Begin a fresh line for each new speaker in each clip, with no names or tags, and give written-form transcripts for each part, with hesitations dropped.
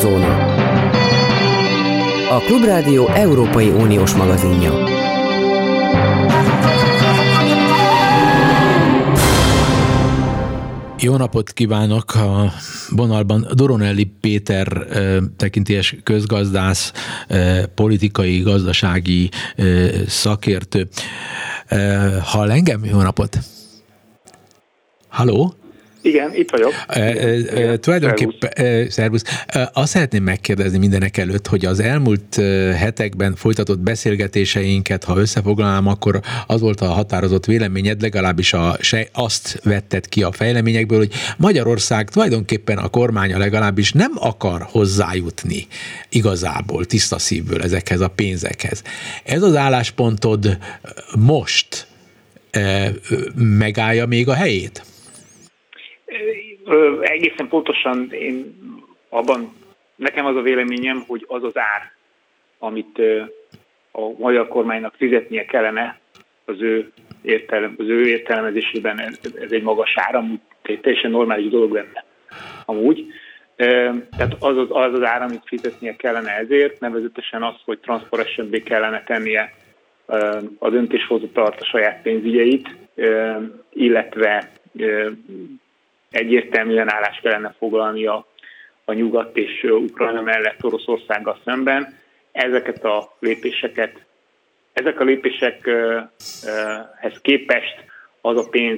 Eurozóna. A Klubrádió Európai Uniós magazinja.
Jó napot kívánok! A vonalban Doronelli Péter tekintélyes közgazdász, politikai, gazdasági szakértő. Hall engem? Jó napot! Halló?
Igen, itt vagyok.
Tulajdonképpen, szervusz. Azt szeretném megkérdezni mindenek előtt, hogy az elmúlt hetekben folytatott beszélgetéseinket, ha összefoglalnám, akkor az volt a határozott véleményed, legalábbis azt vetted ki a fejleményekből, hogy Magyarország tulajdonképpen a kormánya legalábbis nem akar hozzájutni igazából, tiszta szívből ezekhez a pénzekhez. Ez az álláspontod most megállja még a helyét?
Egészen pontosan nekem az a véleményem, hogy az az ár, amit a magyar kormánynak fizetnie kellene, az ő értelmezésében ez egy magas ár, amúgy teljesen normális dolog lenne. Amúgy. Tehát az az ár, amit fizetnie kellene ezért, nevezetesen az, hogy transzparensebbé kellene tennie a döntéshozatalt a saját pénzügyeit, illetve egyértelműen állást kellene foglalni a nyugat és Ukrajna mellett Oroszországgal szemben. Ezek a lépésekhez képest az a pénz,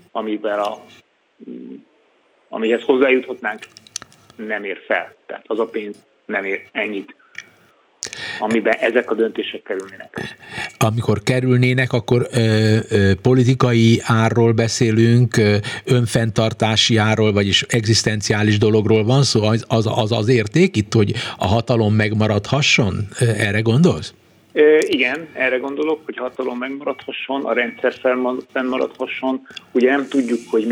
amihez hozzájuthatnánk, nem ér fel. Tehát az a pénz nem ér ennyit, amiben ezek a döntések kerülnének.
Amikor kerülnének, akkor politikai árról beszélünk, önfenntartási árról, vagyis egzisztenciális dologról van szó, az érték itt, hogy a hatalom megmaradhasson? Erre gondolsz?
Igen, erre gondolok, hogy hatalom megmaradhasson, a rendszer fennmaradhasson. Ugye nem tudjuk, hogy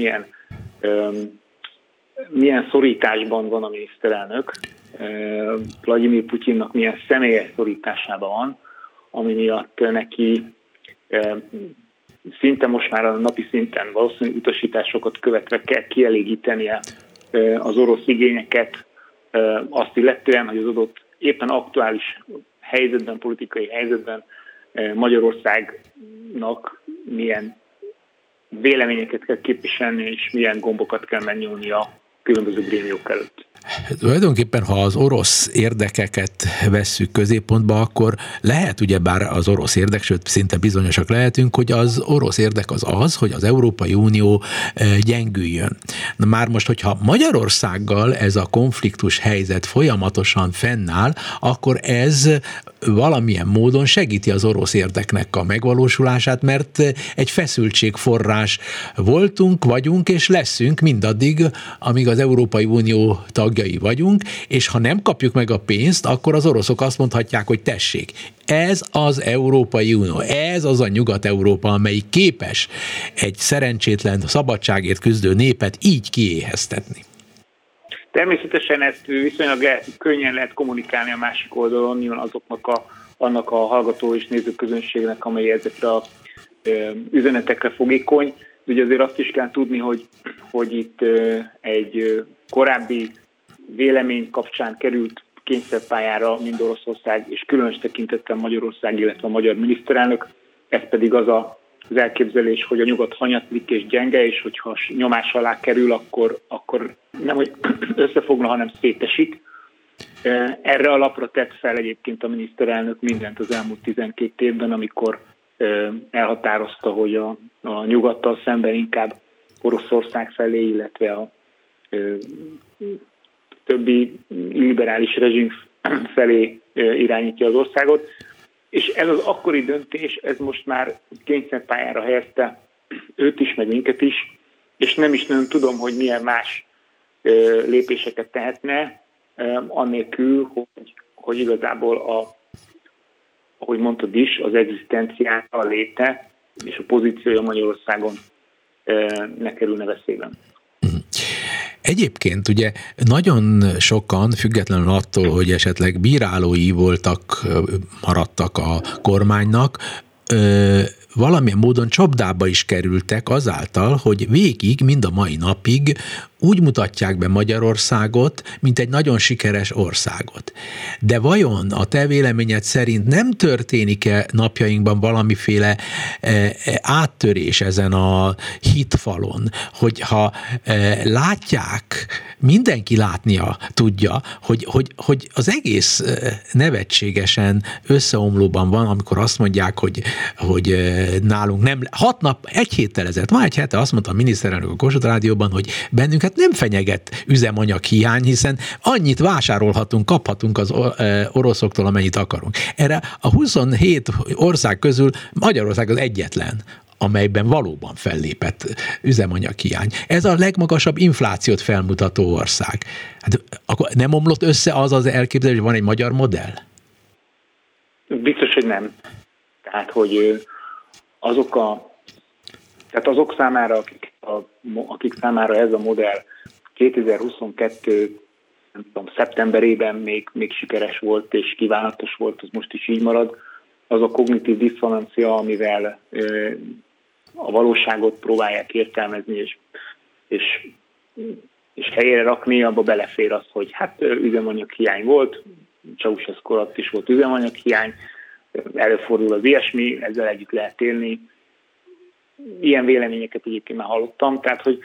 milyen szorításban van a miniszterelnök, Vladimir Putyinnak milyen személyes szorításában van, ami miatt neki szinte most már a napi szinten valószínűleg utasításokat követve kell kielégítenie az orosz igényeket, azt illetően, hogy az adott éppen aktuális helyzetben, politikai helyzetben Magyarországnak milyen véleményeket kell képviselni, és milyen gombokat kell megnyomni a különböző grémiók előtt.
Tulajdonképpen, ha az orosz érdekeket vesszük középpontba, akkor lehet ugyebár az orosz érdek, sőt szinte bizonyosak lehetünk, hogy az orosz érdek az, hogy az Európai Unió gyengüljön. Na már most, hogyha Magyarországgal ez a konfliktus helyzet folyamatosan fennáll, akkor ez valamilyen módon segíti az orosz érdeknek a megvalósulását, mert egy feszültségforrás voltunk, vagyunk és leszünk mindaddig, amíg az Európai Unió tagjai vagyunk, és ha nem kapjuk meg a pénzt, akkor az oroszok azt mondhatják, hogy tessék, ez az Európai Unió, ez az a Nyugat-Európa, amelyik képes egy szerencsétlen, szabadságért küzdő népet így kiéheztetni.
Természetesen ezt viszonylag könnyen lehet kommunikálni a másik oldalon, nyilván annak a hallgató és nézőközönségnek, amely ezekre a üzenetekre fogékony. De ugye azért azt is kell tudni, hogy itt egy korábbi vélemény kapcsán került kényszerpályára mind Oroszország, és különös tekintettel Magyarország, illetve a magyar miniszterelnök. Ez pedig az elképzelés, hogy a nyugat hanyatlik és gyenge, és hogyha nyomás alá kerül, akkor nem hogy összefogna, hanem szétesik. Erre a lapra tett fel egyébként a miniszterelnök mindent az elmúlt 12 évben, amikor elhatározta, hogy a nyugattal szemben inkább Oroszország felé, illetve a többi liberális rezsim felé irányítja az országot. És ez az akkori döntés, ez most már kényszerpályára helyezte őt is, meg minket is, és nem is nagyon tudom, hogy milyen más lépéseket tehetne, annélkül, hogy igazából ahogy mondtad is, az egzisztenciája, a léte és a pozíciója Magyarországon ne kerülne veszélyben.
Egyébként ugye nagyon sokan, függetlenül attól, hogy esetleg bírálói maradtak a kormánynak, valamilyen módon csapdába is kerültek azáltal, hogy végig, mind a mai napig úgy mutatják be Magyarországot, mint egy nagyon sikeres országot. De vajon a te véleményed szerint nem történik-e napjainkban valamiféle áttörés ezen a hitfalon, hogyha látják, mindenki látnia tudja, hogy az egész nevetségesen összeomlóban van, amikor azt mondják, hogy nálunk nem, 6 nap, egy héttel ezelőtt, már egy hete azt mondta a miniszterelnök a Kossuth Rádióban, hogy bennünket nem fenyeget üzemanyag hiány, hiszen annyit vásárolhatunk, kaphatunk az oroszoktól, amennyit akarunk. Erre a 27 ország közül Magyarország az egyetlen, amelyben valóban fellépett üzemanyaghiány. Ez a legmagasabb inflációt felmutató ország. Hát, akkor nem omlott össze az elképzelés, hogy van egy magyar modell?
Biztos, hogy nem. Tehát, hogy azok számára, akik számára ez a modell 2022 nem tudom, szeptemberében még sikeres volt és kívánatos volt, az most is így marad, az a kognitív diszonancia, amivel a valóságot próbálják értelmezni és helyére rakni, abba belefér az, hogy hát üzemanyaghiány volt, Ceausescu alatt is volt üzemanyaghiány, előfordul az ilyesmi, ezzel együtt lehet élni. Ilyen véleményeket egyébként már hallottam, tehát hogy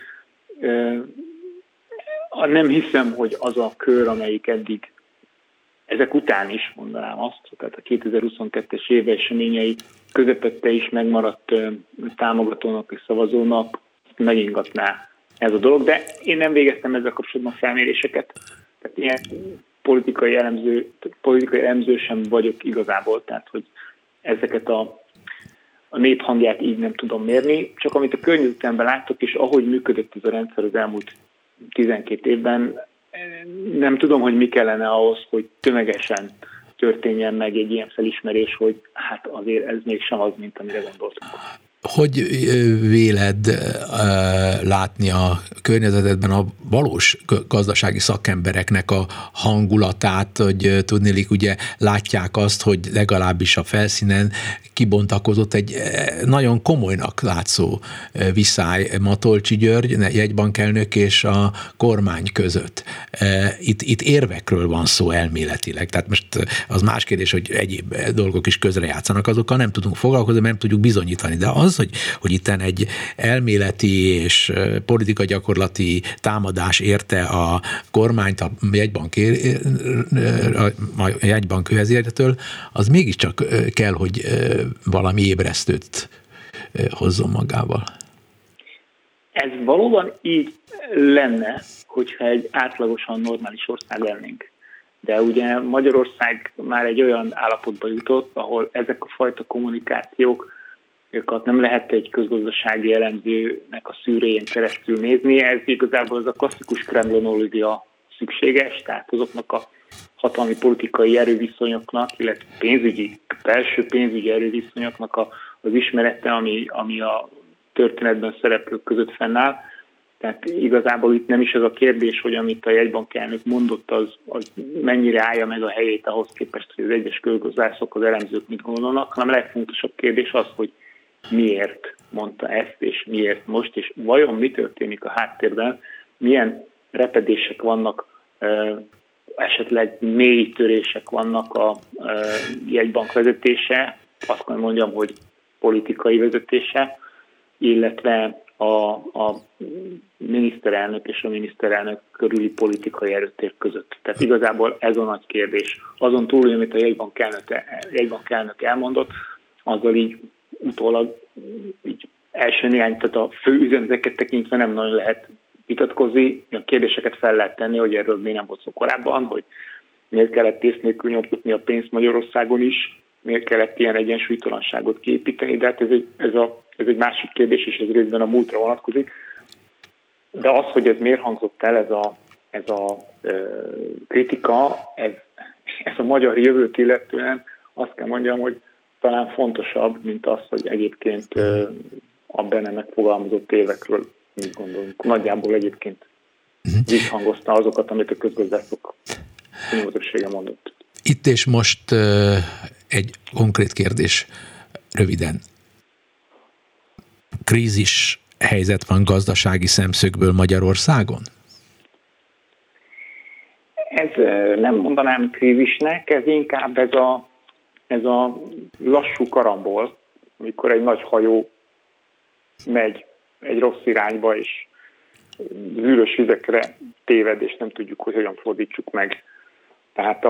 nem hiszem, hogy az a kör, amelyik eddig ezek után is mondanám azt, tehát a 2022-es év eseményei közepette is megmaradt támogatónak és szavazónak megingatná ez a dolog, de én nem végeztem ezzel kapcsolatban felméréseket, tehát ilyen politikai elemző sem vagyok igazából, tehát hogy ezeket a nép hangját így nem tudom mérni, csak amit a környezetemben láttok, és ahogy működött ez a rendszer az elmúlt 12 évben, nem tudom, hogy mi kellene ahhoz, hogy tömegesen történjen meg egy ilyen felismerés, hogy hát azért ez mégsem az, mint amire gondoltunk.
Hogy véled látni a környezetedben a valós gazdasági szakembereknek a hangulatát, hogy tudnélik, ugye látják azt, hogy legalábbis a felszínen kibontakozott egy nagyon komolynak látszó viszály Matolcsy György, jegybankelnök és a kormány között. Itt érvekről van szó elméletileg, tehát most az más kérdés, hogy egyéb dolgok is közrejátszanak, azokkal nem tudunk foglalkozni, mert nem tudjuk bizonyítani, de az, hogy itten egy elméleti és politikagyakorlati támadás érte a kormányt a jegybank vezértől, az mégiscsak kell, hogy valami ébresztőt hozzon magával.
Ez valóban így lenne, hogyha egy átlagosan normális ország lennénk. De ugye Magyarország már egy olyan állapotba jutott, ahol ezek a fajta kommunikációk nem lehet egy közgazdasági elemzőnek a szűrőjén keresztül nézni. Ez igazából az a klasszikus kremlonológia szükséges, tehát azoknak a hatalmi politikai erőviszonyoknak, illetve belső pénzügyi erőviszonyoknak az ismerete, ami a történetben szereplők között fennáll. Tehát igazából itt nem is az a kérdés, hogy amit a jegybankelnök mondott, az mennyire állja meg a helyét ahhoz képest, hogy az egyes közgazdászok, az elemzők mit gondolnak, hanem a legfontosabb kérdés az, hogy miért mondta ezt, és miért most, és vajon mi történik a háttérben, milyen repedések vannak, esetleg mély törések vannak a jegybank vezetése, azt kell mondjam, hogy politikai vezetése, illetve a miniszterelnök és a miniszterelnök körüli politikai erőtér között. Tehát igazából ez a nagy kérdés. Azon túl, amit a jegybankelnök elmondott, azzal így utólag így első néhány, tehát a fő üzeneteket tekintve nem nagyon lehet vitatkozni. A kérdéseket fel lehet tenni, hogy erről még nem volt szó korábban, hogy miért kellett tész nélkül nyomtatni a pénzt Magyarországon is, miért kellett ilyen egyensúlytalanságot kiépíteni, de hát ez egy másik kérdés, és ez részben a múltra vonatkozik. De az, hogy ez miért hangzott el, ez a kritika, ez a magyar jövőt illetően azt kell mondjam, hogy talán fontosabb, mint az, hogy egyébként a benne megfogalmazott évekről mit gondolunk. Nagyjából egyébként visszhangozta azokat, amit a közgazdászok nyilvántöbbsége mondott.
Itt és most egy konkrét kérdés röviden. Krízis helyzet van gazdasági szemszögből Magyarországon?
Ez nem mondanám krízisnek, ez inkább ez a lassú karambol, amikor egy nagy hajó megy egy rossz irányba, és zűrös vizekre téved, és nem tudjuk, hogy hogyan fordítsuk meg. Tehát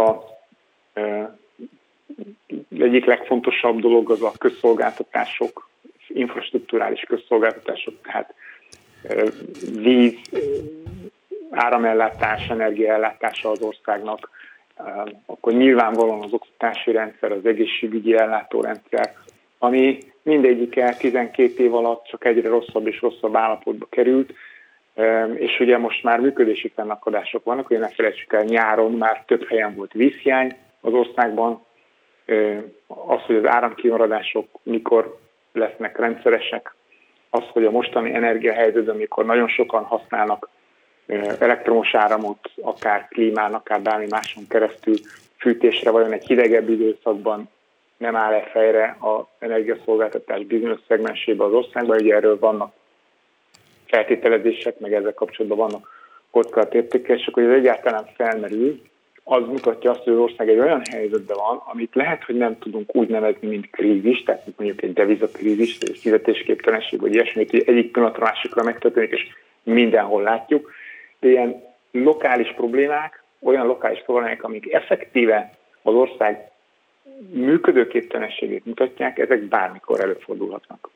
egyik legfontosabb dolog az a közszolgáltatások, infrastrukturális közszolgáltatások, tehát víz, áramellátás, energiaellátása az országnak, akkor nyilvánvalóan az oktatási rendszer, az egészségügyi ellátórendszer, ami mindegyike 12 év alatt csak egyre rosszabb és rosszabb állapotba került, és ugye most már működési fennakadások vannak, hogy ne felejtsük el, nyáron már több helyen volt vízhiány az országban, az, hogy az áramkimaradások mikor lesznek rendszeresek, az, hogy a mostani energiahelyzetben, amikor nagyon sokan használnak elektromos áramot, akár klímán, akár bármi máson keresztül fűtésre, vajon egy hidegebb időszakban nem áll-e fejre az energiaszolgáltatás bizonyos szegmensében az országban, ugye erről vannak feltételezések, meg ezzel kapcsolatban vannak kockázatértékelések, hogy ez egyáltalán felmerül, az mutatja azt, hogy az ország egy olyan helyzetben van, amit lehet, hogy nem tudunk úgy nevezni, mint krízis, tehát mondjuk egy devizakrízis, egy fizetésképtelenség, vagy ilyesmit, hogy egyik pillanatra másikra megtörténik, és mindenhol látjuk, de ilyen lokális problémák, olyan lokális problémák, amik effektíve az ország működőképtelenségét mutatják, ezek bármikor előfordulhatnak.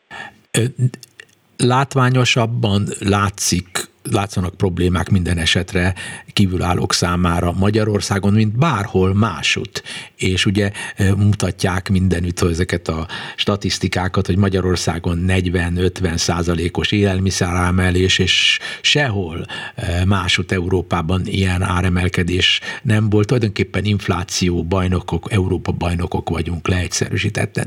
Látványosabban látszanak problémák minden esetre kívülállók számára Magyarországon, mint bárhol másutt. És ugye mutatják mindenütt ezeket a statisztikákat, hogy Magyarországon 40-50% élelmiszeráremelés, és sehol másutt Európában ilyen áremelkedés nem volt. Tulajdonképpen infláció bajnokok, Európa bajnokok vagyunk leegyszerűsítetten.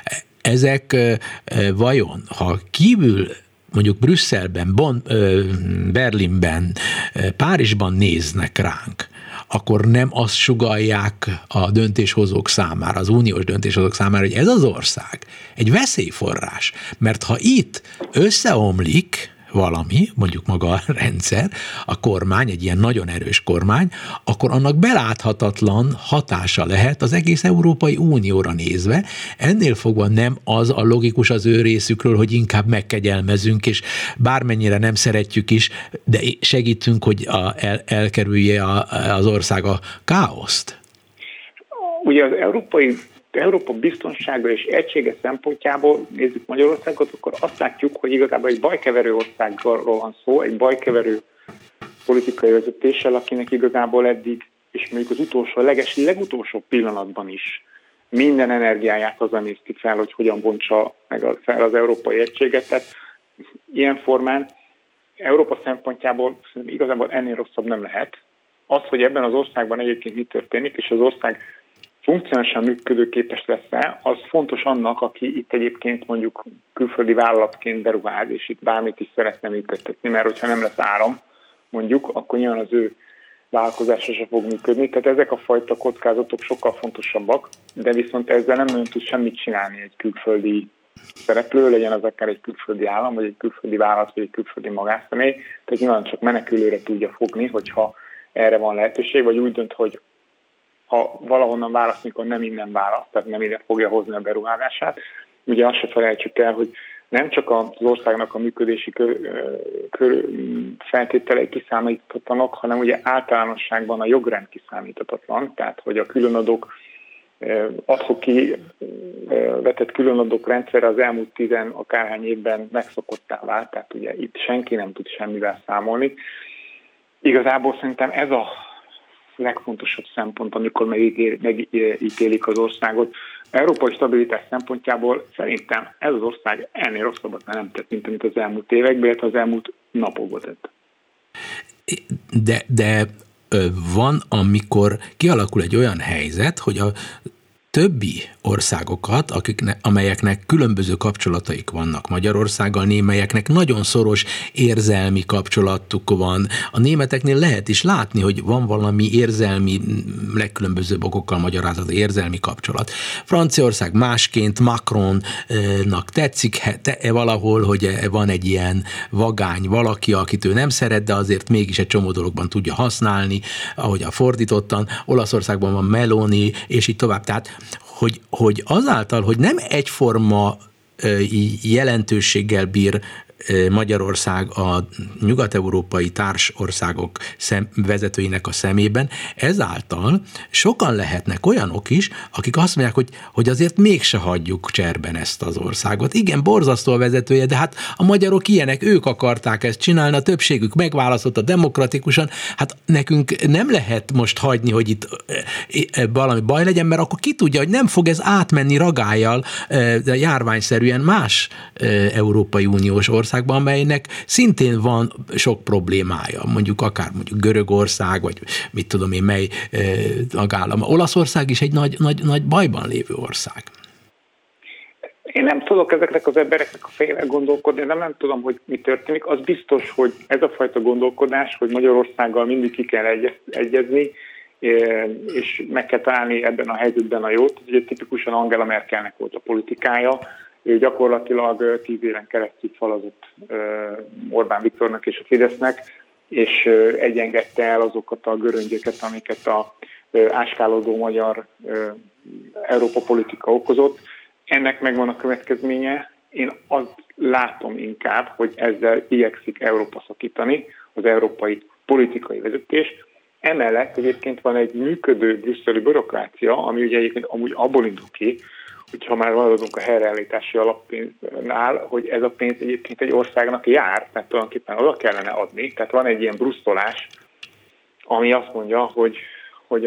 Ezek vajon, ha kívül mondjuk Brüsszelben, Berlinben, Párizsban néznek ránk, akkor nem azt sugallják a döntéshozók számára, az uniós döntéshozók számára, hogy ez az ország egy veszélyforrás. Mert ha itt összeomlik valami, mondjuk maga a rendszer, a kormány, egy ilyen nagyon erős kormány, akkor annak beláthatatlan hatása lehet az egész Európai Unióra nézve. Ennél fogva nem az a logikus az ő részükről, hogy inkább megkegyelmezünk, és bármennyire nem szeretjük is, de segítünk, hogy elkerülje az ország a káoszt.
Ugye az Európa biztonsága és egysége szempontjából nézzük Magyarországot, akkor azt látjuk, hogy igazából egy bajkeverő országról van szó, egy bajkeverő politikai vezetéssel, akinek igazából eddig, és mondjuk az utolsó, legutolsó pillanatban is minden energiáját az emészti fel, hogy hogyan bontsa meg fel az európai egységet. Tehát ilyen formán Európa szempontjából igazából ennél rosszabb nem lehet. Az, hogy ebben az országban egyébként mi történik, és az ország funkcionálisan működőképes lesz-e, az fontos annak, aki itt egyébként mondjuk külföldi vállalatként beruház, és itt bármit is szeretne működtetni, mert hogyha nem lesz áram, mondjuk, akkor nyilván az ő vállalkozása sem fog működni. Tehát ezek a fajta kockázatok sokkal fontosabbak, de viszont ezzel nem nagyon tud semmit csinálni egy külföldi szereplő, legyen az akár egy külföldi állam, vagy egy külföldi vállalat, vagy egy külföldi magánszemély. Tehát nyilván csak menekülőre tudja fogni, hogyha erre van lehetőség, vagy úgy dönt, hogy ha valahonnan választ, mikor nem innen választ, tehát nem ide fogja hozni a beruházását. Ugye azt se felejtsük el, hogy nem csak az országnak a működési feltételei kiszámíthatatlanok, hanem ugye általánosságban a jogrend kiszámíthatatlan, tehát hogy a különadók, adhok vetett különadók rendszere az elmúlt 10 akárhány évben megszokottá vált, tehát ugye itt senki nem tud semmivel számolni. Igazából szerintem ez a legfontosabb szempont, amikor megítélik az országot. Európai stabilitás szempontjából szerintem ez az ország ennél rosszabbat nem tett, mint amit az elmúlt években, illetve az elmúlt napokban tett.
De van, amikor kialakul egy olyan helyzet, hogy többi országokat, amelyeknek különböző kapcsolataik vannak Magyarországgal, némelyeknek nagyon szoros érzelmi kapcsolatuk van. A németeknél lehet is látni, hogy van valami érzelmi, legkülönbözőbb okokkal magyarázat, érzelmi kapcsolat. Franciaország másként, Macronnak tetszik valahol, hogy van egy ilyen vagány valaki, akit ő nem szeret, de azért mégis egy csomó dologban tudja használni, ahogy a fordítottan. Olaszországban van Meloni, és így tovább. Tehát, hogy azáltal, hogy nem egyforma jelentőséggel bír Magyarország a nyugat-európai társországok vezetőinek a szemében, ezáltal sokan lehetnek olyanok is, akik azt mondják, hogy azért mégse hagyjuk cserben ezt az országot. Igen, borzasztó a vezetője, de hát a magyarok ilyenek, ők akarták ezt csinálni, a többségük megválasztotta demokratikusan, hát nekünk nem lehet most hagyni, hogy itt valami baj legyen, mert akkor ki tudja, hogy nem fog ez átmenni ragállyal járványszerűen más Európai Uniós országban, amelynek szintén van sok problémája, mondjuk Görögország, vagy mit tudom én, mely tagállam. Olaszország is egy nagy bajban lévő ország.
Én nem tudok ezeknek az embereknek a fejével gondolkodni, nem tudom, hogy mi történik. Az biztos, hogy ez a fajta gondolkodás, hogy Magyarországgal mindig ki kell egyezni, és meg kell találni ebben a helyzetben a jót. Ez ugye tipikusan Angela Merkelnek volt a politikája. Ő gyakorlatilag 10 éven keresztül falazott Orbán Viktornak és a Fidesznek, és egyengedte el azokat a göröngyöket, amiket a áskálódó magyar Európa politika okozott. Ennek megvan a következménye. Én azt látom inkább, hogy ezzel igyekszik Európa szakítani, az európai politikai vezetés. Emellett egyébként van egy működő brüsszeli bürokrácia, ami ugye egyébként amúgy abból indul ki, hogyha már maradunk a helyreállítási alappénznál, hogy ez a pénz egyébként egy országnak jár, tehát tulajdonképpen oda kellene adni. Tehát van egy ilyen brusztolás, ami azt mondja, hogy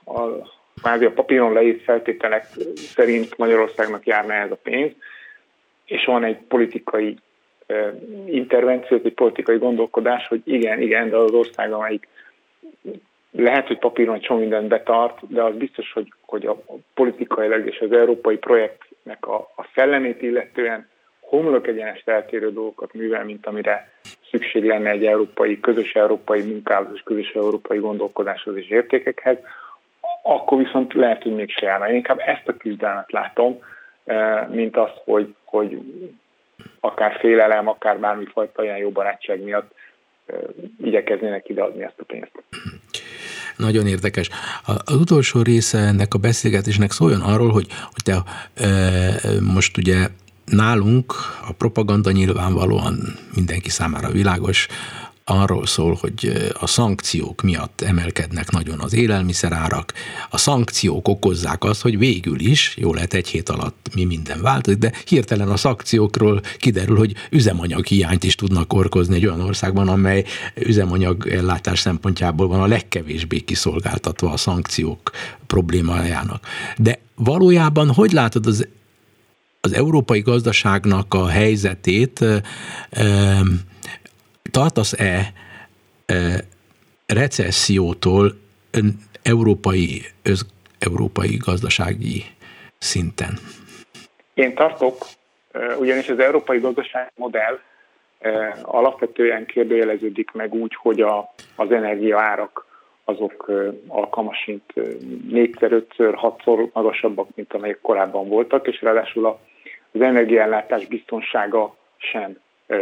a papíron leírt feltételek szerint Magyarországnak járna ez a pénz, és van egy politikai intervenció, egy politikai gondolkodás, hogy igen, de az ország, amelyik lehet, hogy papíron csomó mindent betart, de az biztos, hogy a politikailag és az európai projektnek a szellemét illetően homlok egyenest eltérő dolgokat művel, mint amire szükség lenne egy közös európai munkához és közös európai gondolkodáshoz és értékekhez, akkor viszont lehet, hogy mégse járna. Én inkább ezt a küzdelmet látom, mint azt, hogy akár félelem, akár bármifajta olyan jó barátság miatt igyekeznének ideadni ezt a pénzt.
Nagyon érdekes. Az utolsó része ennek a beszélgetésnek szóljon arról, hogy te most ugye nálunk a propaganda nyilvánvalóan mindenki számára világos, arról szól, hogy a szankciók miatt emelkednek nagyon az élelmiszerárak. A szankciók okozzák azt, hogy végül is, jó lehet egy hét alatt mi minden változik, de hirtelen a szankciókról kiderül, hogy üzemanyag hiányt is tudnak okozni egy olyan országban, amely üzemanyag ellátás szempontjából van a legkevésbé kiszolgáltatva a szankciók problémájának. De valójában hogy látod az európai gazdaságnak a helyzetét, tartasz-e recessziótól európai gazdasági szinten?
Én tartok, ugyanis az európai gazdasági modell alapvetően kérdőjeleződik meg úgy, hogy az energiaárak azok alkalmasint 4-szer, 5-ször, 6-szor magasabbak, mint amelyek korábban voltak, és ráadásul az energiaellátás biztonsága sem.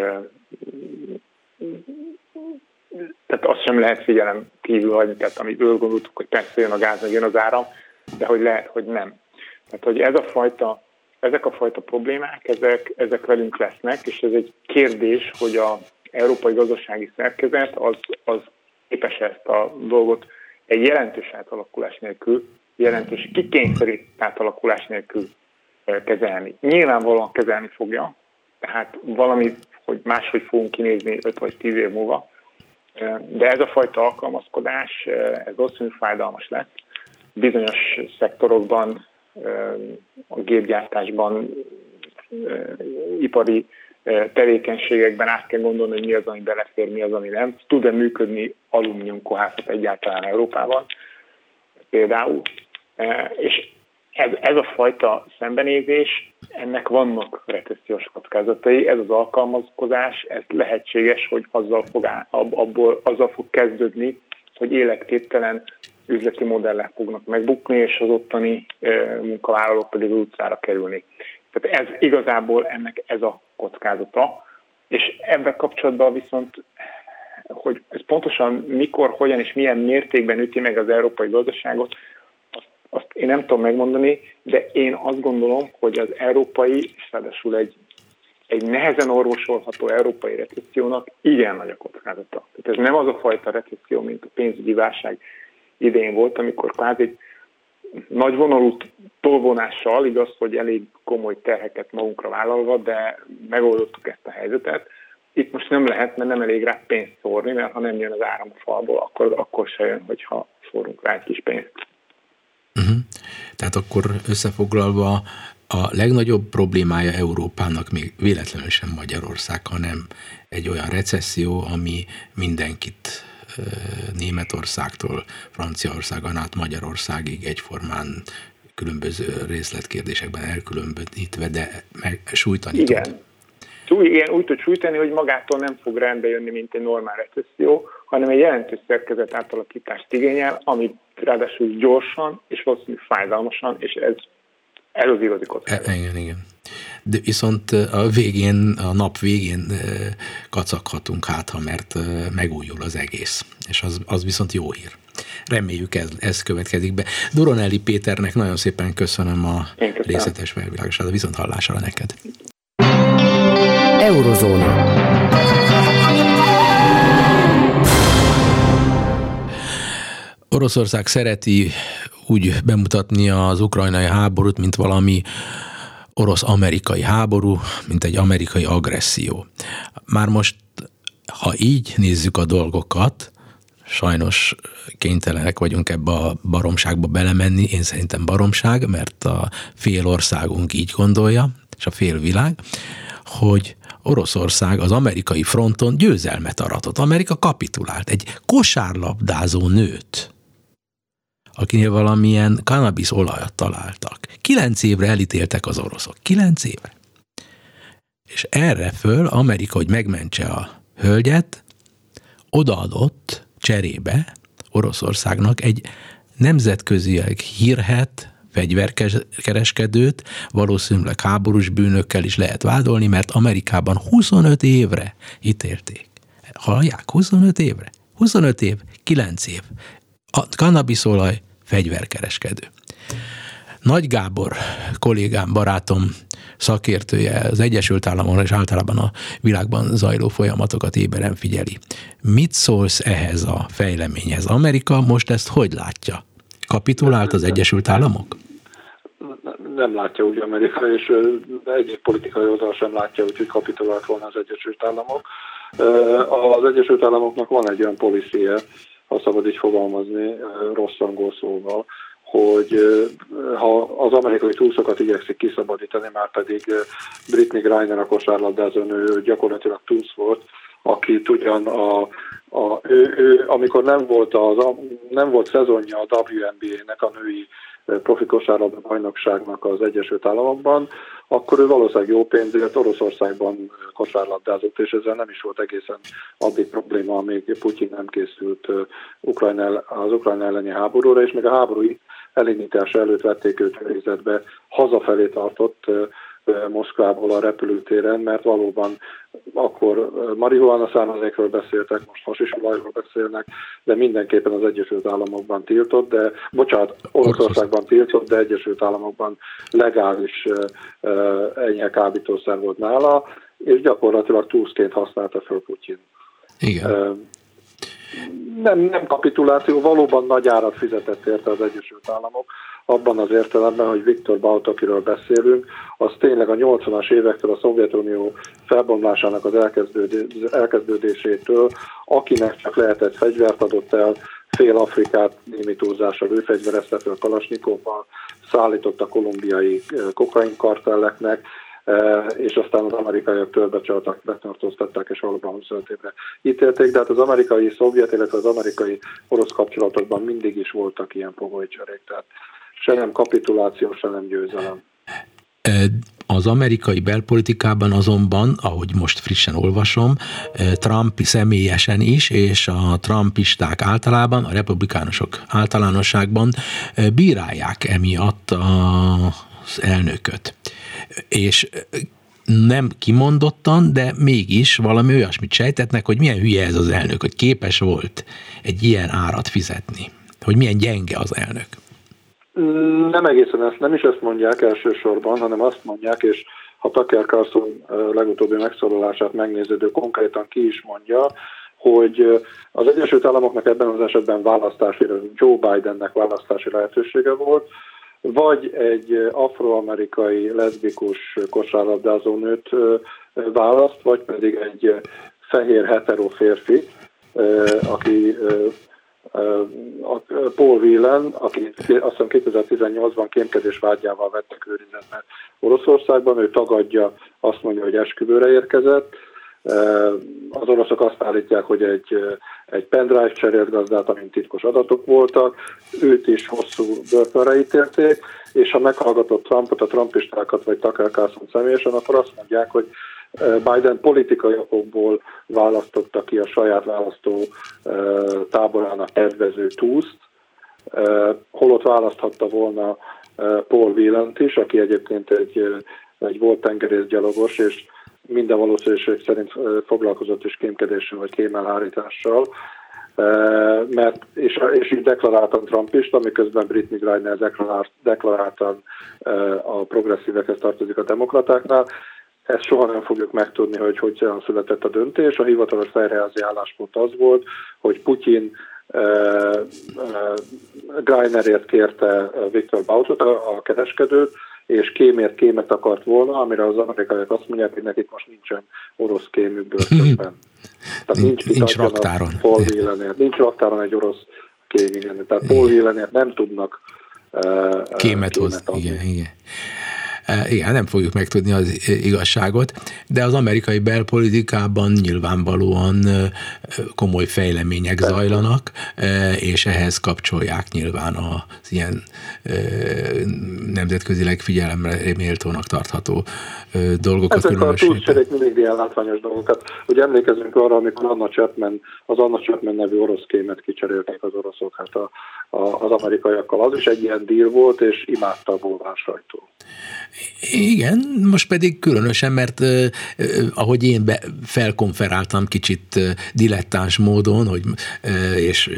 Tehát azt sem lehet figyelem kívül hagyni, tehát amiből gondoltuk, hogy persze jön a gáz, meg jön az áram, de hogy lehet, hogy nem. Tehát, hogy ezek a fajta problémák, ezek velünk lesznek, és ez egy kérdés, hogy az európai gazdasági szerkezet az képes ezt a dolgot egy jelentős átalakulás nélkül, jelentős kikényszerített átalakulás nélkül kezelni. Nyilvánvalóan kezelni fogja, tehát valami, hogy máshogy fogunk kinézni 5 vagy 10 év múlva, de ez a fajta alkalmazkodás, ez valószínűleg fájdalmas lesz. Bizonyos szektorokban, a gépgyártásban, ipari tevékenységekben át kell gondolni, hogy mi az, ami belefér, mi az, ami nem. Tud-e működni alumíniumkohászat egyáltalán Európában például. És ez a fajta szembenézés, ennek vannak recessziós kockázatai, ez az alkalmazkodás, ez lehetséges, hogy azzal fog kezdődni, hogy életképtelen üzleti modellek fognak megbukni, és az ottani munkavállalók pedig utcára kerülni. Tehát ez igazából ennek ez a kockázata, és ebben kapcsolatban viszont, hogy ez pontosan mikor, hogyan és milyen mértékben üti meg az európai gazdaságot, azt én nem tudom megmondani, de én azt gondolom, hogy az európai, és ráadásul egy nehezen orvosolható európai recessziónak igen nagy a kockázata. Tehát ez nem az a fajta recesszió, mint a pénzügyi válság idején volt, amikor kvázi nagy vonalú tolvonással, igaz, hogy elég komoly terheket magunkra vállalva, de megoldottuk ezt a helyzetet. Itt most nem lehet, mert nem elég rá pénzt szórni, mert ha nem jön az áram a falból, akkor se jön, hogyha szórunk rá egy kis pénzt.
Tehát akkor összefoglalva a legnagyobb problémája Európának még véletlenül sem Magyarország, hanem egy olyan recesszió, ami mindenkit Németországtól Franciaországon át Magyarországig egyformán különböző részletkérdésekben elkülönbözítve, de sújtani tud.
Igen, úgy tud sújtani, hogy magától nem fog rendbe jönni, mint egy normál recesszió, hanem egy jelentős szerkezet átalakítást igényel, amit ráadásul gyorsan és valószínűleg fájdalmasan, és ez az igazi kockázat.
Igen. De viszont a nap végén kacaghatunk mert megújul az egész. És az viszont jó hír. Reméljük ez következik be. Doronelli Péternek nagyon szépen köszönöm a részletes felvilágosságot. Viszont hallásra neked.
Eurozóna.
Oroszország szereti úgy bemutatni az ukrajnai háborút, mint valami orosz-amerikai háború, mint egy amerikai agresszió. Már most, ha így nézzük a dolgokat, sajnos kénytelenek vagyunk ebbe a baromságba belemenni, én szerintem baromság, mert a fél országunk így gondolja, és a fél világ, hogy Oroszország az amerikai fronton győzelmet aratott. Amerika kapitulált. Egy kosárlabdázó nőt, akinél valamilyen kannabisz olajat találtak. 9 évre elítéltek az oroszok. 9 évre. És erre föl Amerika, hogy megmentse a hölgyet, odaadott cserébe Oroszországnak egy nemzetközileg hírhedt fegyverkereskedőt, valószínűleg háborús bűnökkel is lehet vádolni, mert Amerikában 25 évre ítélték. Hallják? 25 évre? 25 év, 9 év. A kannabiszolaj fegyverkereskedő. Nagy Gábor kollégám, barátom, szakértője az Egyesült Államokban és általában a világban zajló folyamatokat éberen figyeli. Mit szólsz ehhez a fejleményhez? Amerika most ezt hogy látja? Kapitulált az Egyesült Államok?
Nem látja úgy Amerika, és egyik politikai oldal sem látja, hogy kapitulált volna az Egyesült Államok. Az Egyesült Államoknak van egy olyan policy-je, ha szabad így fogalmazni, rossz angol szóval, hogy ha az amerikai túszokat igyekszik kiszabadítani, már pedig Brittney Griner, a kosárlabdázó nő gyakorlatilag túsz volt, akit ugyan amikor nem volt szezonja a WNBA-nek, a női profi kosárlabda bajnokságnak az Egyesült Államokban, akkor ő valószínűleg jó pénzért Oroszországban kosárlabdázott, és ezzel nem is volt egészen addig probléma, amíg Putyin nem készült az Ukrajna elleni háborúra, és még a háború elindítása előtt vették őt őrizetbe, hazafelé tartott Moszkvából a repülőtéren, mert valóban akkor marihuána származékról beszéltek, most hasisolajról beszélnek, de mindenképpen az Egyesült Államokban tiltott, Oroszországban tiltott, de Egyesült Államokban legális enyhe kábítószer volt nála, és gyakorlatilag túlszként használta föl Putyin.
Igen.
Nem kapituláció, valóban nagy árat fizetett érte az Egyesült Államok, abban az értelemben, hogy Viktor Bout, akiről beszélünk, az tényleg a 80-as évektől a Szovjetunió felbomlásának az elkezdődésétől, akinek csak lehetett fegyvert adott el, fél Afrikát némi túlzással ő fegyverezte fel Kalasnyikovval, szállított a kolumbiai kokainkartelleknek, és aztán az amerikaiak törbecsaltak, betartóztatták, és valóban 25 évre ítélték, de hát az amerikai-szovjet, illetve az amerikai-orosz kapcsolatokban mindig is voltak ilyen fogolycserék, tehát se nem kapituláció, se nem győzelem.
Az amerikai belpolitikában azonban, ahogy most frissen olvasom, Trump személyesen is, és a trumpisták általában, a republikánusok általánosságban bírálják emiatt az elnököt. És nem kimondottan, de mégis valami olyasmit sejtetnek, hogy milyen hülye ez az elnök, hogy képes volt egy ilyen árat fizetni, hogy milyen gyenge az elnök.
Nem egészen nem is ezt mondják elsősorban, hanem azt mondják, és ha Tucker Carlson legutóbbi megszólalását megnézed, ő konkrétan ki is mondja, hogy az Egyesült Államoknak ebben az esetben Joe Bidennek választási lehetősége volt, vagy egy afroamerikai leszbikus kosárlabdázó nőt választ, vagy pedig egy fehér hetero férfi, aki Paul Whelan, aki azt hiszem 2018-ban kémkedés vágyával vettek őrizetbe Oroszországban, ő tagadja, azt mondja, hogy esküvőre érkezett. Az oroszok azt állítják, hogy egy pendrive cserélt gazdát, amin titkos adatok voltak, őt is hosszú börtönre ítélték, és ha meghallgatott Trumpot, a trumpistákat vagy Tucker Carlson személyesen, akkor azt mondják, hogy Biden politikai okokból választotta ki a saját választó táborának kedvező túszt, holott választhatta volna Paul Whelant is, aki egyébként egy volt tengerészgyalogos, és minden valószínűség szerint foglalkozott is kémkedéssel vagy kémelhárítással, és így deklaráltan trumpista, miközben Brittney Griner deklaráltan a progresszívekhez tartozik a demokratáknál. Ezt soha nem fogjuk megtudni, hogy hogyan született a döntés. A hivatalos fejreházi álláspont az volt, hogy Putyin Grinerért kérte Viktor Bautot, a kereskedőt, és kémet akart volna, amire az amerikaiak azt mondják, hogy nekik most nincsen orosz kémük börtönben. Tehát
nincs raktáron.
Nincs raktáron egy orosz kém, igen. Tehát Paul Whelanért nem tudnak
kémet hozni. Igen. Igen, nem fogjuk megtudni az igazságot, de az amerikai belpolitikában nyilvánvalóan komoly fejlemények zajlanak, és ehhez kapcsolják nyilván az ilyen nemzetközileg figyelemre méltónak tartható dolgokat.
Ezek a túlcserék mindig ilyen látványos dolgokat. Ugye emlékezünk arra, amikor az Anna Chapman nevű orosz kémet kicserélték az oroszok, hát az amerikaiakkal. Az is egy ilyen deal volt, és imádta a bulvár sajtó.
Igen, most pedig különösen, mert ahogy én felkonferáltam kicsit dilettáns módon, és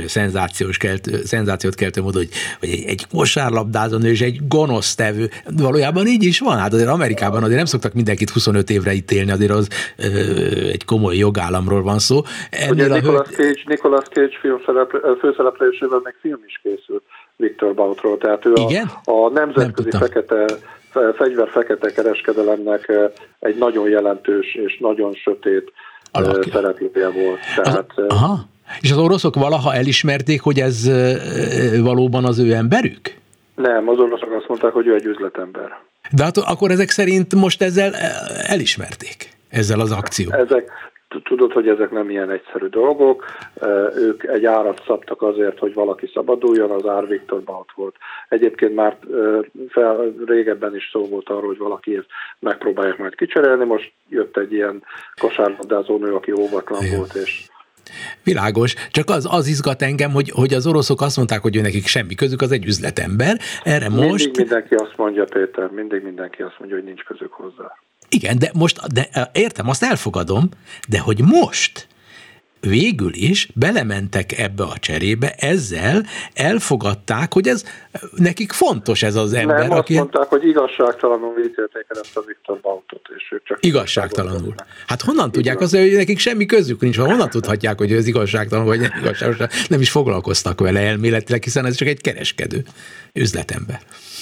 szenzációt keltő módon, hogy egy kosárlabdázó és egy gonosztevő, valójában így is van. Hát azért Amerikában azért nem szoktak mindenkit 25 évre ítélni, azért az egy komoly jogállamról van szó.
Ugye Nicolas Cage főszereplésével meg film is készült Viktor Bautról, tehát ő a nemzetközi fegyver-fekete kereskedelemnek egy nagyon jelentős és nagyon sötét szereplője volt. Tehát,
és az oroszok valaha elismerték, hogy ez valóban az ő emberük?
Nem, az oroszok azt mondták, hogy ő egy üzletember.
De hát akkor ezek szerint most ezzel elismerték, ezzel az akcióval.
Tudod, hogy ezek nem ilyen egyszerű dolgok. Ők egy árat szabtak azért, hogy valaki szabaduljon, az ár Viktor Baut volt. Egyébként már régebben is szó volt arról, hogy valakiért megpróbálják majd kicserélni. Most jött egy ilyen kosárlabdázó nő, aki óvatlan volt, és
világos, csak az izgat engem, hogy az oroszok azt mondták, hogy ő nekik semmi közük, az egy üzletember. Erre most...
Mindig mindenki azt mondja, Péter, hogy nincs közük hozzá.
Igen, de értem, azt elfogadom, de hogy most végül is belementek ebbe a cserébe, ezzel elfogadták, hogy ez nekik fontos ez az ember.
Nem, azt mondták, hogy igazságtalanul ítélték el ezt a Viktor Bautot, és ők csak...
Igazságtalanul. Hát honnan tudják azt, hogy nekik semmi közük nincs, honnan tudhatják, hogy ez igazságtalan, vagy nem igazságtalan, nem is foglalkoztak vele elméletileg, hiszen ez csak egy kereskedő üzletember.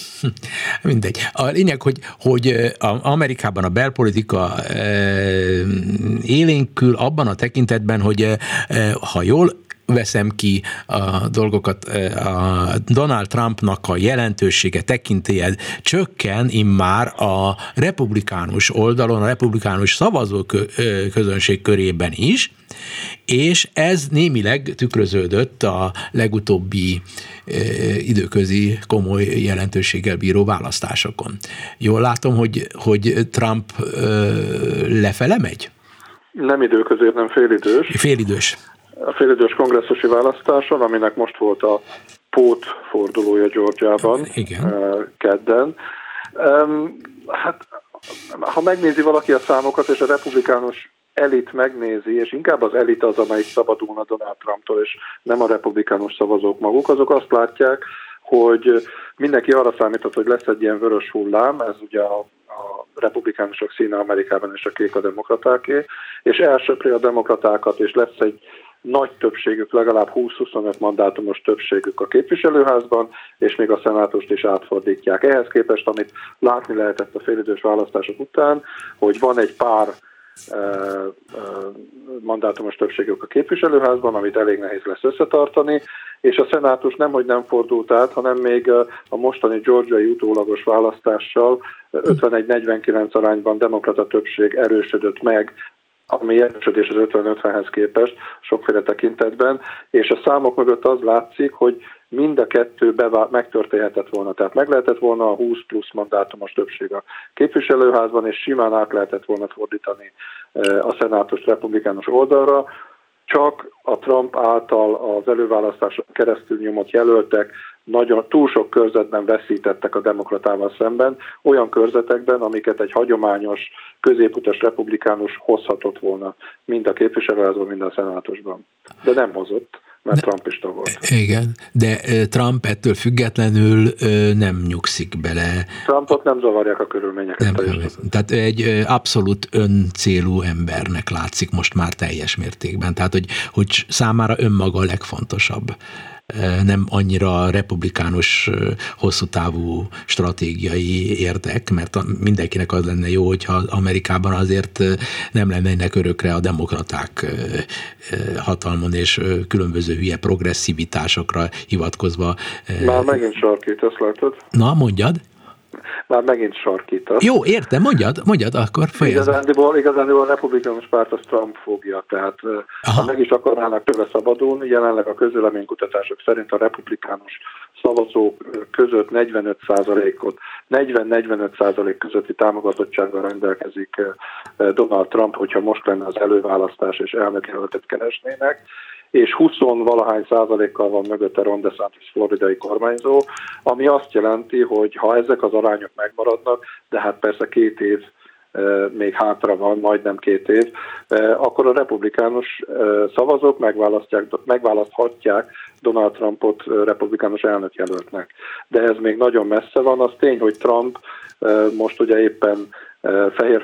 Mindegy. A lényeg, hogy Amerikában a belpolitika élénkül abban a tekintetben, hogy ha jól veszem ki a dolgokat, a Donald Trumpnak a jelentősége, tekintélye csökken immár a republikánus oldalon, a republikánus szavazóközönség körében is, és ez némileg tükröződött a legutóbbi időközi komoly jelentőséggel bíró választásokon. Jól látom, hogy Trump lefele megy? Nem
időközi, nem félidős.
Félidős.
A félidős kongresszusi választáson, aminek most volt a pótfordulója Georgiában, kedden. Hát, ha megnézi valaki a számokat, és a republikánus elit megnézi, és inkább az elit az, amelyik szabadulna Donald Trumptól, és nem a republikánus szavazók maguk, azok azt látják, hogy mindenki arra számított, hogy lesz egy ilyen vörös hullám, ez ugye a republikánusok színe Amerikában, és a kék a demokratáké, és elsöpri a demokratákat, és lesz egy nagy többségük, legalább 20-25 mandátumos többségük a képviselőházban, és még a szenátust is átfordítják. Ehhez képest, amit látni lehetett a félidős választások után, hogy van egy pár mandátumos többségük a képviselőházban, amit elég nehéz lesz összetartani, és a szenátus nemhogy nem fordult át, hanem még a mostani georgiai utólagos választással 51-49 arányban demokrata többség erősödött meg, ami erősödés az 50-50-hez képest sokféle tekintetben, és a számok mögött az látszik, hogy mind a kettő megtörténhetett volna. Tehát meg lehetett volna a 20 plusz mandátumos többség a képviselőházban, és simán át lehetett volna fordítani a szenátust republikánus oldalra, csak a Trump által az előválasztáson keresztül nyomott jelöltek túl sok körzetben veszítettek a demokratával szemben, olyan körzetekben, amiket egy hagyományos, középutas republikánus hozhatott volna, mind a képviselőházban, mind a szenátusban. De nem hozott, mert trumpista volt.
Igen, de Trump ettől függetlenül nem nyugszik bele.
Trumpot nem zavarják a körülmények.
Tehát egy abszolút öncélú embernek látszik most már teljes mértékben. Tehát, hogy számára önmaga a legfontosabb. Nem annyira republikánus hosszú távú stratégiai érdek, mert mindenkinek az lenne jó, hogyha Amerikában azért nem lennének örökre a demokraták hatalmon, és különböző hülye progresszivitásokra hivatkozva.
Már megint sarkít, azt látod?
Na, mondjad.
Már megint sarkítasz.
Jó, értem, mondjad, akkor fejezd.
Igazándiból a republikánus párt az Trump fogja, tehát ha meg is akarnának tőle szabadulni, jelenleg a közvéleménykutatások szerint a republikánus szavazók között 40-45% közötti támogatottsággal rendelkezik Donald Trump, hogyha most lenne az előválasztás és elnökjelöltet keresnének, és 20-valahány százalékkal van mögötte Ron DeSantis floridai kormányzó, ami azt jelenti, hogy ha ezek az arányok megmaradnak, de hát persze 2 év még hátra van, majdnem 2 év, akkor a republikánus szavazók megválaszthatják Donald Trumpot republikánus elnökjelöltnek. De ez még nagyon messze van, az tény, hogy Trump most ugye éppen fehér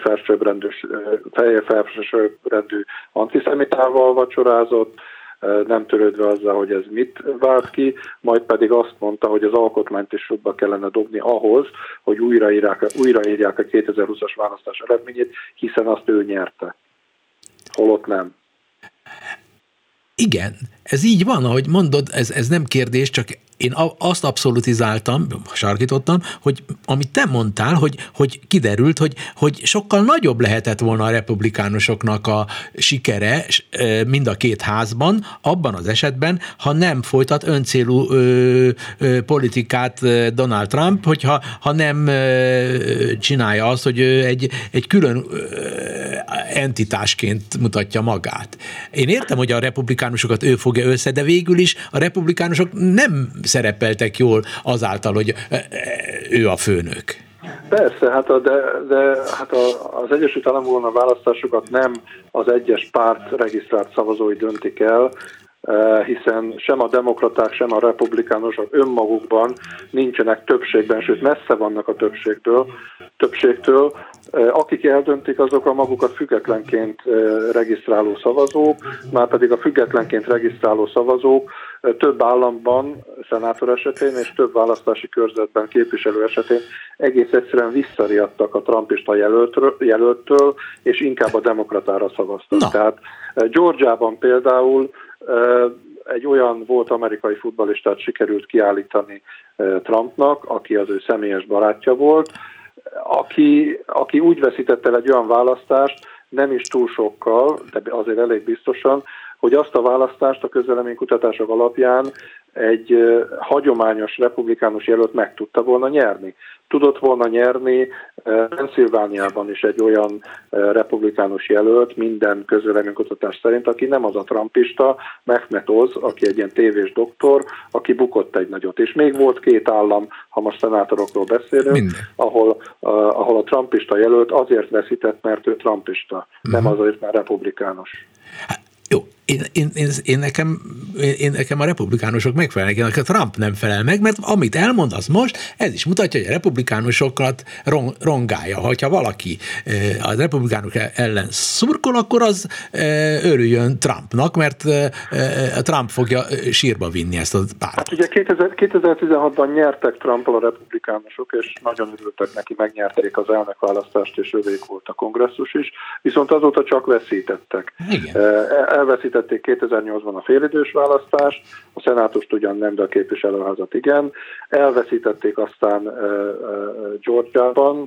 felsőbbrendű antiszemitával vacsorázott, nem törődve azzal, hogy ez mit vált ki, majd pedig azt mondta, hogy az alkotmányt is sokba kellene dobni ahhoz, hogy újraírják a 2020-as választás eredményét, hiszen azt ő nyerte. Holott nem.
Igen, ez így van, ahogy mondod, ez nem kérdés, csak én azt abszolutizáltam, sarkítottam, hogy amit te mondtál, hogy kiderült, hogy sokkal nagyobb lehetett volna a republikánusoknak a sikere mind a 2 házban, abban az esetben, ha nem folytat öncélú politikát Donald Trump, ha nem csinálja azt, hogy ő egy külön entitásként mutatja magát. Én értem, hogy a republikánusokat ő fogja össze, de végül is a republikánusok nem szerepeltek jól azáltal, hogy ő a főnök.
Persze, de az Egyesült Államokban a választásokat nem az egyes párt regisztrált szavazói döntik el, hiszen sem a demokraták, sem a republikánusok önmagukban nincsenek többségben, sőt messze vannak a többségtől. Akik eldöntik, azok a magukat függetlenként regisztráló szavazók, már pedig a függetlenként regisztráló szavazók több államban, szenátor esetén és több választási körzetben, képviselő esetén egész egyszerűen visszariadtak a trumpista jelölttől, és inkább a demokratára szavaztak. No. Tehát Georgiában például egy olyan volt amerikai futballistát sikerült kiállítani Trumpnak, aki az ő személyes barátja volt, aki úgy veszítette el egy olyan választást, nem is túl sokkal, de azért elég biztosan, hogy azt a választást a közvéleménykutatások alapján egy hagyományos republikánus jelölt meg tudta volna nyerni. Tudott volna nyerni Pennsylvániában is egy olyan republikánus jelölt minden közvéleménykutatás szerint, aki nem az a trumpista, Mehmet Oz, aki egy ilyen tévés doktor, aki bukott egy nagyot. És még volt 2 állam, ha most szenátorokról beszélünk, ahol a trumpista jelölt azért veszített, mert ő trumpista, nem azért, mert republikánus.
Jó, én nekem a republikánusok megfelelnek, a Trump nem felel meg, mert amit elmondasz most, ez is mutatja, hogy a republikánusokat rongálja. Ha valaki a republikánus ellen szurkol, akkor az örüljön Trumpnak, mert a Trump fogja sírba vinni ezt a párt.
Hát ugye 2016-ban nyertek Trumpal a republikánusok, és nagyon örültek neki, megnyerték az elnökválasztást, és övék volt a kongresszus is, viszont azóta csak veszítettek.
Igen.
Elveszítették 2008-ban a félidős választást, a szenátust ugyan nem, de a képviselőházat igen. Elveszítették aztán Georgiában,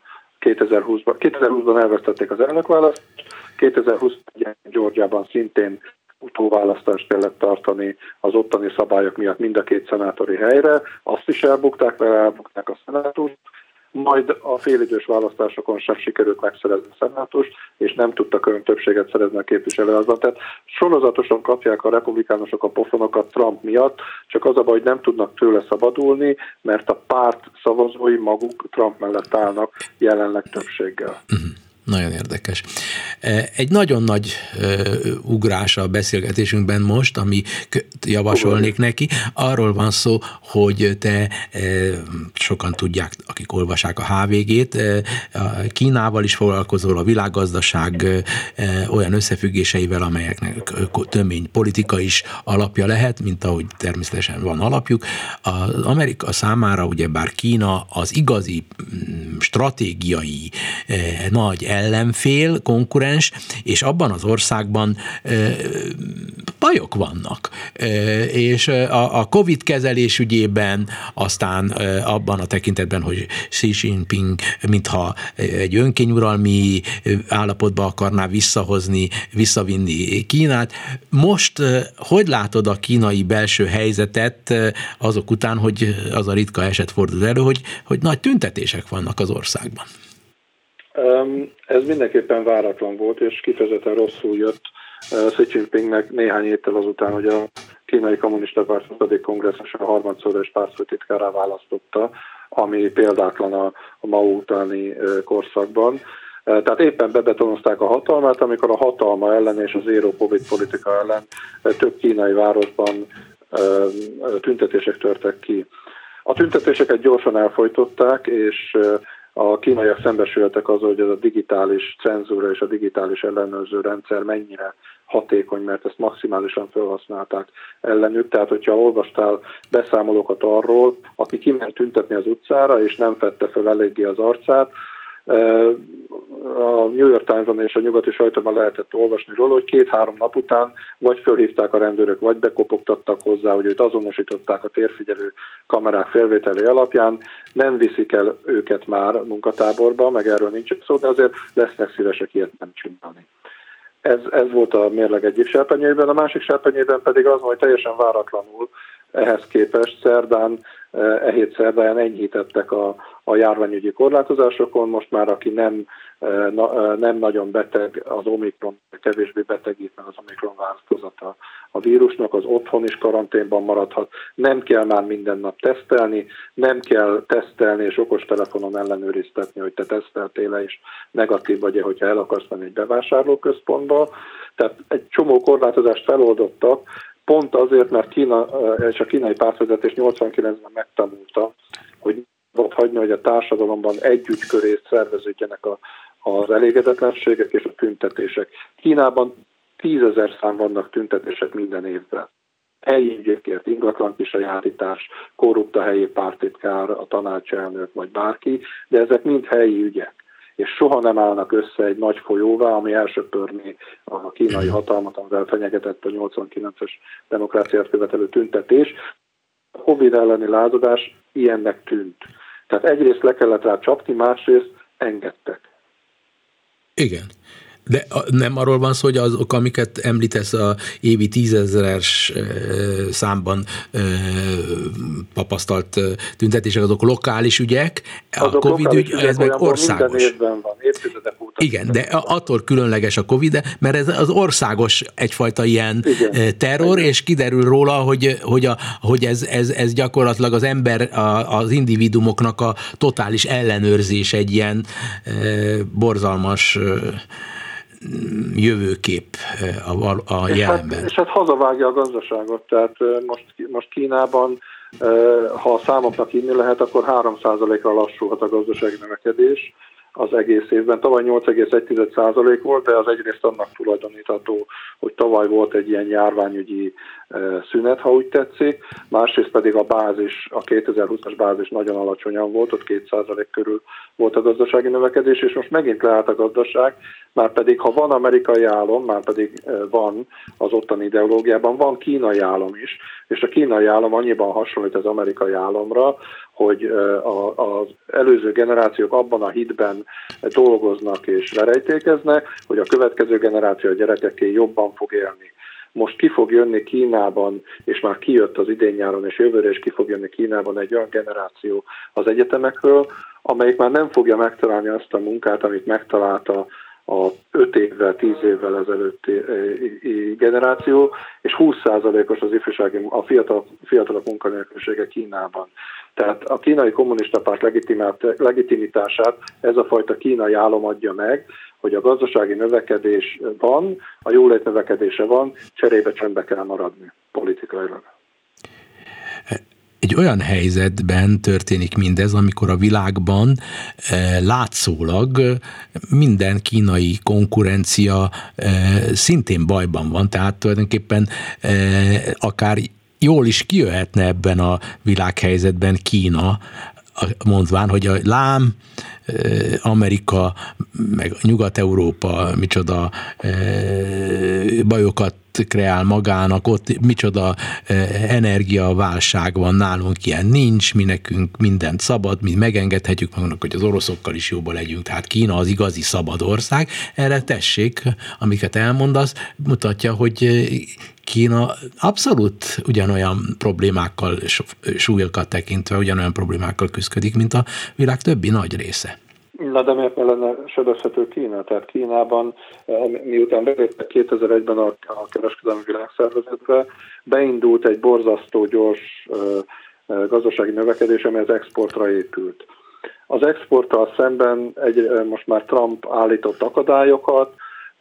2020-ban elvesztették az elnökválasztást, 2020-ban Georgiában szintén utóválasztást kellett tartani az ottani szabályok miatt mind a 2 szenátori helyre, azt is elbukták a szenátust, majd a félidős választásokon sem sikerült megszerezni a szenátust, és nem tudtak olyan többséget szerezni a képviselőházban. Tehát sorozatosan kapják a republikánusok a pofonokat Trump miatt, csak az a baj, hogy nem tudnak tőle szabadulni, mert a párt szavazói maguk Trump mellett állnak jelenleg többséggel.
Nagyon érdekes. Egy nagyon nagy ugrás a beszélgetésünkben most, ami javasolnék neki, arról van szó, hogy te sokan tudják, akik olvassák a HVG-t, Kínával is foglalkozol, a világgazdaság olyan összefüggéseivel, amelyeknek tömény politika is alapja lehet, mint ahogy természetesen van alapjuk. Az Amerika számára ugyebár Kína az igazi stratégiai nagy ellenfél, konkurens, és abban az országban bajok vannak. És a Covid kezelés ügyében, aztán abban a tekintetben, hogy Xi Jinping mintha egy önkényuralmi állapotba akarná visszavinni Kínát. Most hogy látod a kínai belső helyzetet azok után, hogy az a ritka eset fordul elő, hogy nagy tüntetések vannak az országban?
Ez mindenképpen váratlan volt, és kifejezetten rosszul jött Xi Jinpingnek néhány héttel azután, hogy a kínai kommunista párt 5. kongresszuson a harmadszor pártfőtitkárrá választotta, ami példátlan a Mao utáni korszakban. Tehát éppen bebetonozták a hatalmát, amikor a hatalma ellen és az zero-covid politika ellen több kínai városban tüntetések törtek ki. A tüntetéseket gyorsan elfojtották, és a kínaiak szembesültek azzal, hogy ez a digitális cenzúra és a digitális ellenőrző rendszer mennyire hatékony, mert ezt maximálisan felhasználták ellenük. Tehát, hogyha olvastál beszámolókat arról, aki kiment tüntetni az utcára, és nem fedte fel eléggé az arcát, a New York Times-on és a nyugati sajtóban lehetett olvasni róla, hogy 2-3 nap után vagy fölhívták a rendőrök, vagy bekopogtattak hozzá, hogy őt azonosították a térfigyelő kamerák felvételi alapján, nem viszik el őket már munkatáborba, meg erről nincs szó, de azért lesznek szívesek ilyet nem csinálni. Ez volt a mérleg egyik serpenyőben, a másik serpenyőben pedig az, hogy teljesen váratlanul ehhez képest hét szerdáján enyhítettek a járványügyi korlátozásokon. Most már aki nem nagyon beteg, az Omikron kevésbé betegít meg az Omikron változata a vírusnak, az otthon is karanténban maradhat. Nem kell már minden nap tesztelni, nem kell tesztelni és okostelefonon ellenőriztetni, hogy te teszteltél és negatív vagy-e, hogyha el akarsz menni egy bevásárlóközpontba. Tehát egy csomó korlátozást feloldottak, pont azért, mert Kína és a kínai pártvezetés 89-ben megtanulta, hogy ott hagyni, hogy a társadalomban egy ügy köré szerveződjenek az elégedetlenségek és a tüntetések. Kínában 10 000 szám vannak tüntetések minden évben. Helyi ügyekért, ingatlan kisajátítás, korrupt a helyi pártitkár, a tanácselnök vagy bárki, de ezek mind helyi ügyek. és soha nem állnak össze egy nagy folyóvá, ami elsöpörni a kínai hatalmat, amivel fenyegetett a 89-es demokráciát követelő tüntetés. A Covid elleni lázadás ilyennek tűnt. Tehát egyrészt le kellett rá csapni, másrészt engedtek.
Igen. De nem arról van szó, hogy azok, amiket említesz a évi 10 000-es számban tapasztalt tüntetések, azok lokális ügyek,
azok
a Covid ügy, ez meg országos.
Minden évben van, évtizedek óta.
Igen, de attól különleges a Covid, mert ez az országos egyfajta ilyen terror, és kiderül róla, hogy ez gyakorlatilag az ember, az individuumoknak a totális ellenőrzés egy ilyen borzalmas jövőkép a jelenben.
És hát hazavágja a gazdaságot, tehát most Kínában, ha a számoknak hinni lehet, akkor 3%-ra lassulhat a gazdasági növekedés az egész évben. Tavaly 8,1% volt, de az egyrészt annak tulajdonítható, hogy tavaly volt egy ilyen járványügyi szünet, ha úgy tetszik, másrészt pedig a bázis, a 2020-as bázis nagyon alacsonyan volt, ott 2% körül volt a gazdasági növekedés, és most megint leállt a gazdaság, már pedig ha van amerikai állam, már pedig van az ottani ideológiában, van kínai állam is, és a kínai állam annyiban hasonlít az amerikai államra, hogy az előző generációk abban a hitben dolgoznak és verejtékeznek, hogy a következő generáció a gyerekeké jobban fog élni. Most ki fog jönni Kínában, és már kijött az idén-nyáron, és jövőre is ki fog jönni Kínában egy olyan generáció az egyetemekről, amelyik már nem fogja megtalálni azt a munkát, amit megtalálta a 5 évvel, 10 évvel ezelőtti generáció, és 20%-os az ifjúsági, a fiatalok munkanélkülisége Kínában. Tehát a kínai kommunista párt legitimitását ez a fajta kínai állam adja meg, hogy a gazdasági növekedés van, a jólét növekedése van, cserébe csöndbe kell maradni politikailag.
Egy olyan helyzetben történik mindez, amikor a világban látszólag minden kínai konkurencia szintén bajban van, tehát tulajdonképpen akár jól is kijöhetne ebben a világhelyzetben Kína, mondván, hogy a lám, Amerika, meg Nyugat-Európa micsoda bajokat kreál magának, ott micsoda energiaválság van, nálunk ilyen nincs, mi nekünk mindent szabad, mi megengedhetjük magunknak, hogy az oroszokkal is jobban legyünk, tehát Kína az igazi szabad ország. Erre tessék, amiket elmondasz, mutatja, hogy Kína abszolút ugyanolyan problémákkal, súlyokat tekintve ugyanolyan problémákkal küzdik, mint a világ többi nagy része.
Na de miért lenne sebezhető Kína? Tehát Kínában, miután beléptek 2001-ben a Kereskedelmi Világszervezetbe, beindult egy borzasztó gyors gazdasági növekedés, ami az exportra épült. Az exporttal szemben most már Trump állított akadályokat,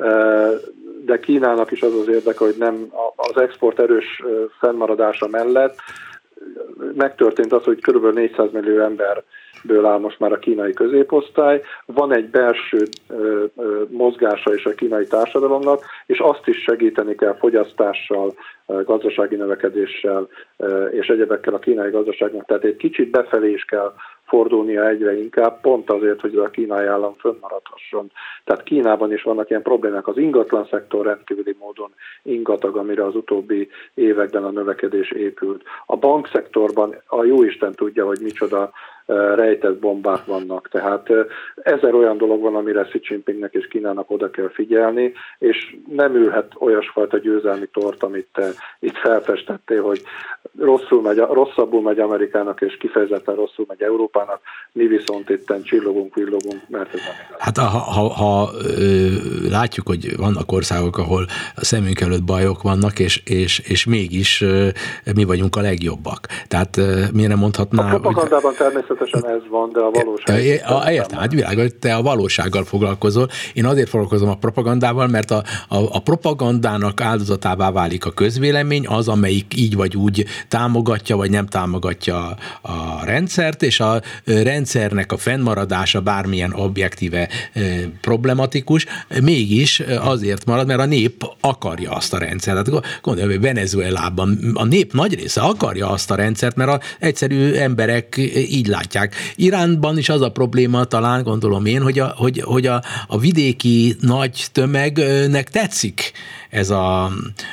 de Kínának is az az érdeke, hogy nem az export erős fennmaradása mellett megtörtént az, hogy kb. 400 millió emberből áll most már a kínai középosztály, van egy belső mozgása is a kínai társadalomnak, és azt is segíteni kell fogyasztással, gazdasági növekedéssel és egyebekkel a kínai gazdaságnak. Tehát egy kicsit befelé is kell fordulnia egyre inkább, pont azért, hogy a kínai állam fönnmaradhasson. Tehát Kínában is vannak ilyen problémák. Az ingatlan szektor rendkívüli módon ingatag, amire az utóbbi években a növekedés épült. A bankszektorban a jóisten tudja, hogy micsoda rejtett bombák vannak. Tehát 1000 olyan dolog van, amire Xi Jinpingnek és Kínának oda kell figyelni, és nem ülhet olyasfajta győzelmi tort, amit te itt felfestettél, hogy rosszabbul megy Amerikának, és kifejezetten rosszul megy Európának, mi viszont itten csillogunk, villogunk, mert ez nem igaz.
Hát ha látjuk, hogy vannak országok, ahol a szemünk előtt bajok vannak, és mégis mi vagyunk a legjobbak. Tehát miért nem mondhatná...
A propagandában természetesen ez van, de a valóság...
Értem, hát világos, te a valósággal foglalkozol. Én azért foglalkozom a propagandával, mert a propagandának áldozatává válik a közvélemény, az, amelyik így vagy úgy támogatja vagy nem támogatja a rendszert, és a rendszernek a fennmaradása bármilyen objektíve problematikus, mégis azért marad, mert a nép akarja azt a rendszert. Gondolom, hogy Venezuelában a nép nagy része akarja azt a rendszert, mert az egyszerű emberek így látják. Iránban is az a probléma, talán gondolom én, hogy a vidéki nagy tömegnek tetszik ez a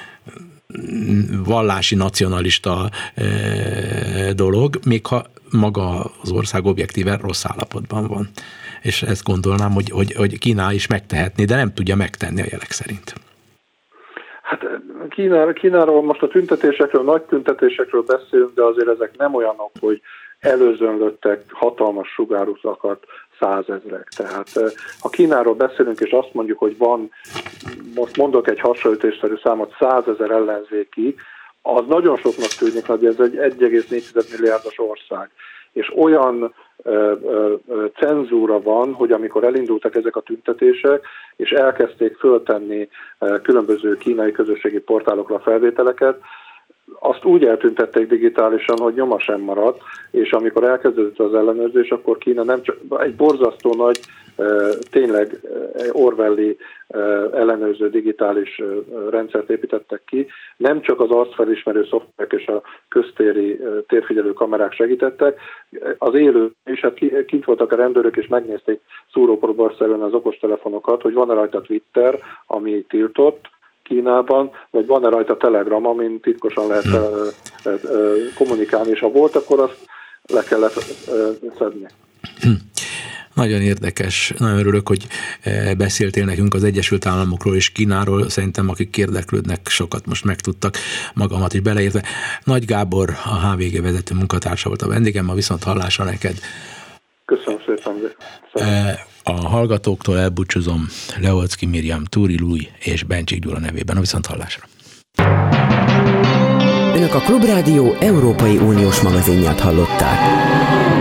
vallási nacionalista dolog, még ha maga az ország objektíven rossz állapotban van. És ezt gondolnám, hogy Kína is megtehetné, de nem tudja megtenni a jelek szerint.
Hát Kínáról most a tüntetésekről, nagy tüntetésekről beszélünk, de azért ezek nem olyanok, hogy előzönlöttek hatalmas sugárutakat 100 000. Tehát ha Kínáról beszélünk, és azt mondjuk, hogy van, most mondok egy hasonlítésszerű számot, 100 000 ellenzéki, az nagyon soknak tűnik, hogy ez egy 1,4 milliárdos ország. És olyan cenzúra van, hogy amikor elindultak ezek a tüntetések, és elkezdték föltenni különböző kínai közösségi portálokra a felvételeket, azt úgy eltüntették digitálisan, hogy nyoma sem maradt, és amikor elkezdődött az ellenőrzés, akkor Kína nem csak egy borzasztó nagy, tényleg orwelli ellenőrző digitális rendszert építettek ki, nem csak az arcfelismerő szoftverek és a köztéri térfigyelő kamerák segítettek, az élő, és hát kint voltak a rendőrök, és megnézték szúrópróbaszerűen az okostelefonokat, hogy van-e rajta Twitter, ami tiltott Kínában, vagy van-e rajta Telegram, amin titkosan lehet kommunikálni, és ha volt, akkor azt le kellett szedni.
Nagyon érdekes, nagyon örülök, hogy beszéltél nekünk az Egyesült Államokról és Kínáról, szerintem akik érdeklődnek, sokat most megtudtak, magamat is beleértve. Nagy Gábor, a HVG vezető munkatársa volt a vendégem, a viszont hallásra neked.
Köszönöm szépen.
A hallgatóktól elbúcsúzom Leholczky Miriam, Túri Lui és Bencsik Gyula nevében, a viszont hallásra.
Önök a Klubrádió Európai Uniós magazinját hallották.